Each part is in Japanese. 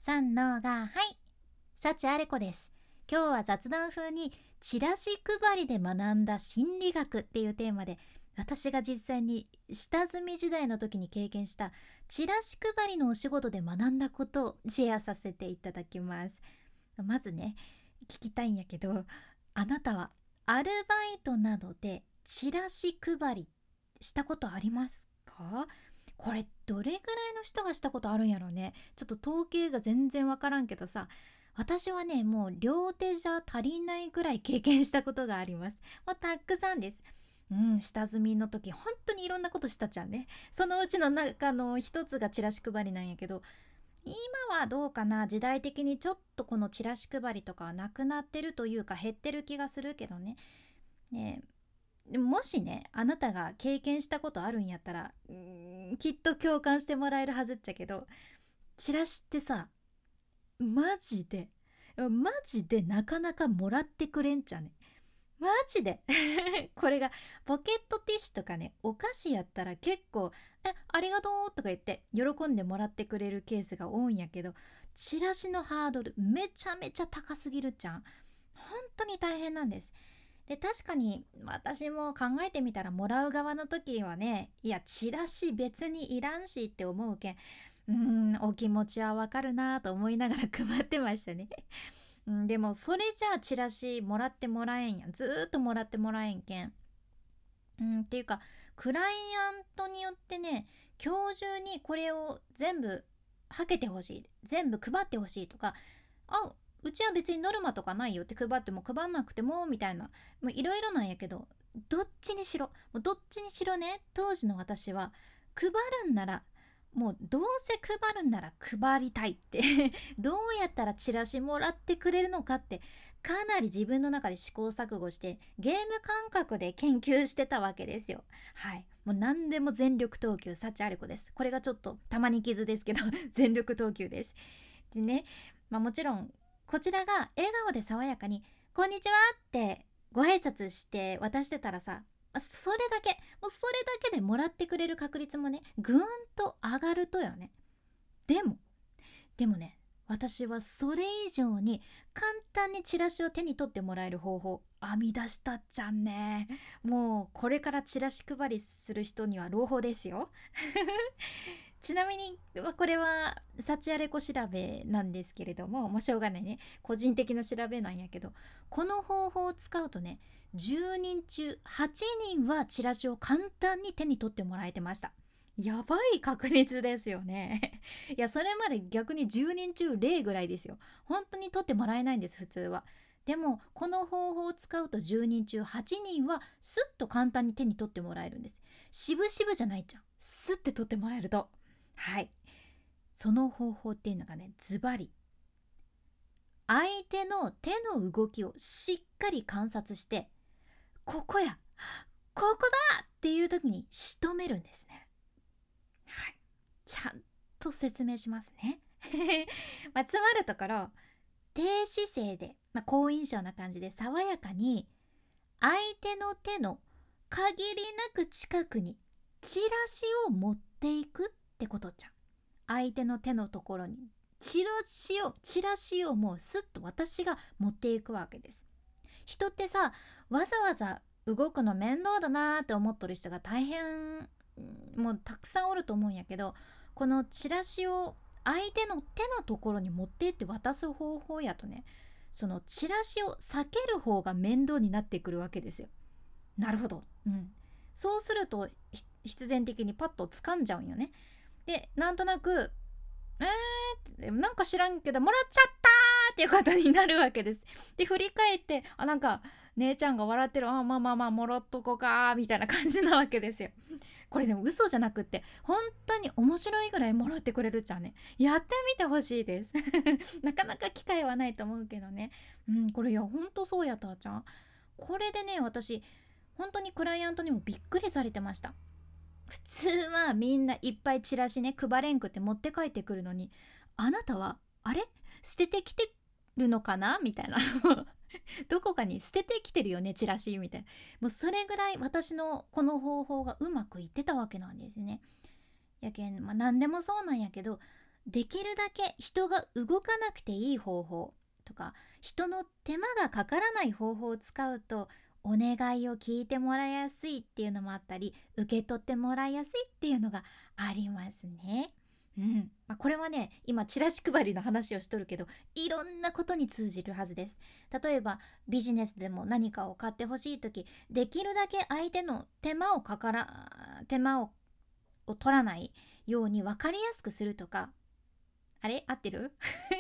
三のがはい、幸あれ子です。今日は雑談風にチラシ配りで学んだ心理学っていうテーマで、私が実際に下積み時代の時に経験したチラシ配りのお仕事で学んだことをシェアさせていただきます。まずね、聞きたいんやけど、あなたはアルバイトなどでチラシ配りしたことありますか？これどれぐらいの人がしたことあるんやろうね。ちょっと統計が全然わからんけどさ、私はね、もう両手じゃ足りないぐらい経験したことがあります。もうたくさんです。下積みの時本当にいろんなことしたじゃんね。そのうちの中の一つがチラシ配りなんやけど、今はどうかな。時代的にちょっとこのチラシ配りとかはなくなってるというか減ってる気がするけどね。ねでももしね、あなたが経験したことあるんやったらきっと共感してもらえるはずっちゃけど、チラシってさ、マジでマジでなかなかもらってくれんちゃね。マジでこれがポケットティッシュとかね、お菓子やったら結構ありがとうとか言って喜んでもらってくれるケースが多いんやけど、チラシのハードルめちゃめちゃ高すぎるじゃん。本当に大変なんです。で、確かに私も考えてみたら、もらう側の時はね、いやチラシ別にいらんしって思うけん、お気持ちはわかるなと思いながら配ってましたね。でもそれじゃあチラシもらってもらえんやん。ずーっともらってもらえんけん。っていうか、クライアントによってね、今日中にこれを全部はけてほしい、全部配ってほしいとか、うちは別にノルマとかないよって配っても配んなくてもみたいな、もういろいろなんやけど、どっちにしろ、もうどっちにしろね、当時の私は配るんなら、もうどうせ配るんなら配りたいってどうやったらチラシもらってくれるのかってかなり自分の中で試行錯誤して、ゲーム感覚で研究してたわけですよ。はい、もう何でも全力投球、幸あれ子です。これがちょっとたまに傷ですけど全力投球です。でね、もちろんこちらが笑顔で爽やかに「こんにちは」ってご挨拶して渡してたらさ、それだけ、もうそれだけでもらってくれる確率もね、ぐーんと上がるとよね。でもね、私はそれ以上に簡単にチラシを手に取ってもらえる方法編み出したっちゃんね。もうこれからチラシ配りする人には朗報ですよ。ちなみにこれは幸あれ子調べなんですけれども、もうしょうがないね、個人的な調べなんやけど、この方法を使うとね、10人中8人はチラシを簡単に手に取ってもらえてました。やばい確率ですよね。いや、それまで逆に10人中0ぐらいですよ。本当に取ってもらえないんです、普通は。でもこの方法を使うと10人中8人はスッと簡単に手に取ってもらえるんです。渋々じゃないじゃん、スッて取ってもらえると。はい、その方法っていうのがね、ズバリ相手の手の動きをしっかり観察して、ここや、ここだっていう時に仕留めるんですね。はい、ちゃんと説明しますね。つまるところ、低姿勢で、好印象な感じで爽やかに相手の手の限りなく近くにチラシを持っていくってことじゃん。相手の手のところにチラシをもうスッと私が持っていくわけです。人ってさ、わざわざ動くの面倒だなーって思っとる人が大変、もうたくさんおると思うんやけど、このチラシを相手の手のところに持って行って渡す方法やとね、そのチラシを避ける方が面倒になってくるわけですよ。なるほど、そうすると必然的にパッと掴んじゃうんよね。で、なんとなくなんか知らんけどもらっちゃったっていうことになるわけです。で、振り返って、なんか姉ちゃんが笑ってる、まあまあまあもらっとこうかみたいな感じなわけですよ。これでも嘘じゃなくって本当に面白いぐらいもらってくれるじゃんね。やってみてほしいです。なかなか機会はないと思うけどね。これいやほんとそうやったじゃん。これでね、私本当にクライアントにもびっくりされてました。普通はみんないっぱいチラシね、配れんくって持って帰ってくるのに、あなたはあれ捨ててきてるのかなみたいな。どこかに捨ててきてるよねチラシみたいな。もうそれぐらい私のこの方法がうまくいってたわけなんですね。やけん、何でもそうなんやけど、 できるだけ人が動かなくていい方法とか、人の手間がかからない方法を使うとお願いを聞いてもらいやすいっていうのもあったり、受け取ってもらいやすいっていうのがありますね。これはね、今チラシ配りの話をしとるけど、いろんなことに通じるはずです。例えばビジネスでも何かを買ってほしい時、できるだけ相手の手間を取らないように分かりやすくするとか。あれ合ってる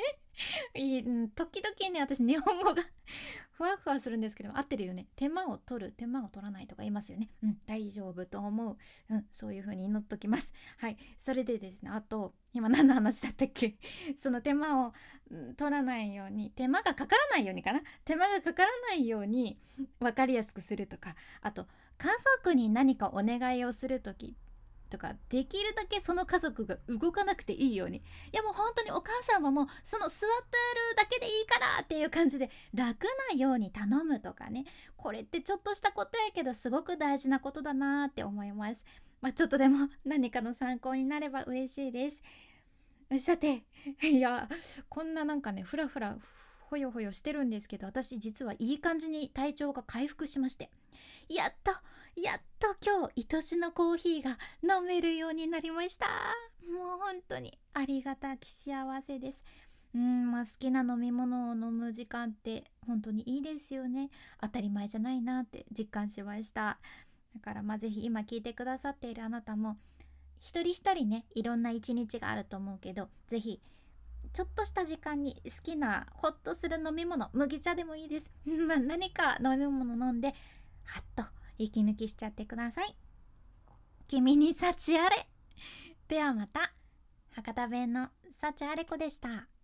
時々ね、私日本語がふわふわするんですけど、合ってるよね。手間を取る、手間を取らないとか言いますよね。大丈夫と思う。そういう風に祈っときます。はい。それでですね、あと今何の話だったっけその手間を取らないように、手間がかからないようにかな、手間がかからないように分かりやすくするとか、あと家族に何かお願いをする時とか、できるだけその家族が動かなくていいように、いやもう本当にお母さんはもうその座ってるだけでいいからっていう感じで楽なように頼むとかね。これってちょっとしたことやけどすごく大事なことだなって思います。ちょっとでも何かの参考になれば嬉しいです。さて、いや、こんななんかね、ふらふらほよほよしてるんですけど、私実はいい感じに体調が回復しまして、やっと今日愛しのコーヒーが飲めるようになりました。もう本当にありがたき幸せです。好きな飲み物を飲む時間って本当にいいですよね。当たり前じゃないなって実感しました。だからぜひ今聞いてくださっているあなたも、一人一人ね、いろんな一日があると思うけど、ぜひちょっとした時間に好きなホッとする飲み物、麦茶でもいいです何か飲み物飲んでハッと息抜きしちゃってください。君に幸あれ。ではまた。博多弁の幸あれ子でした。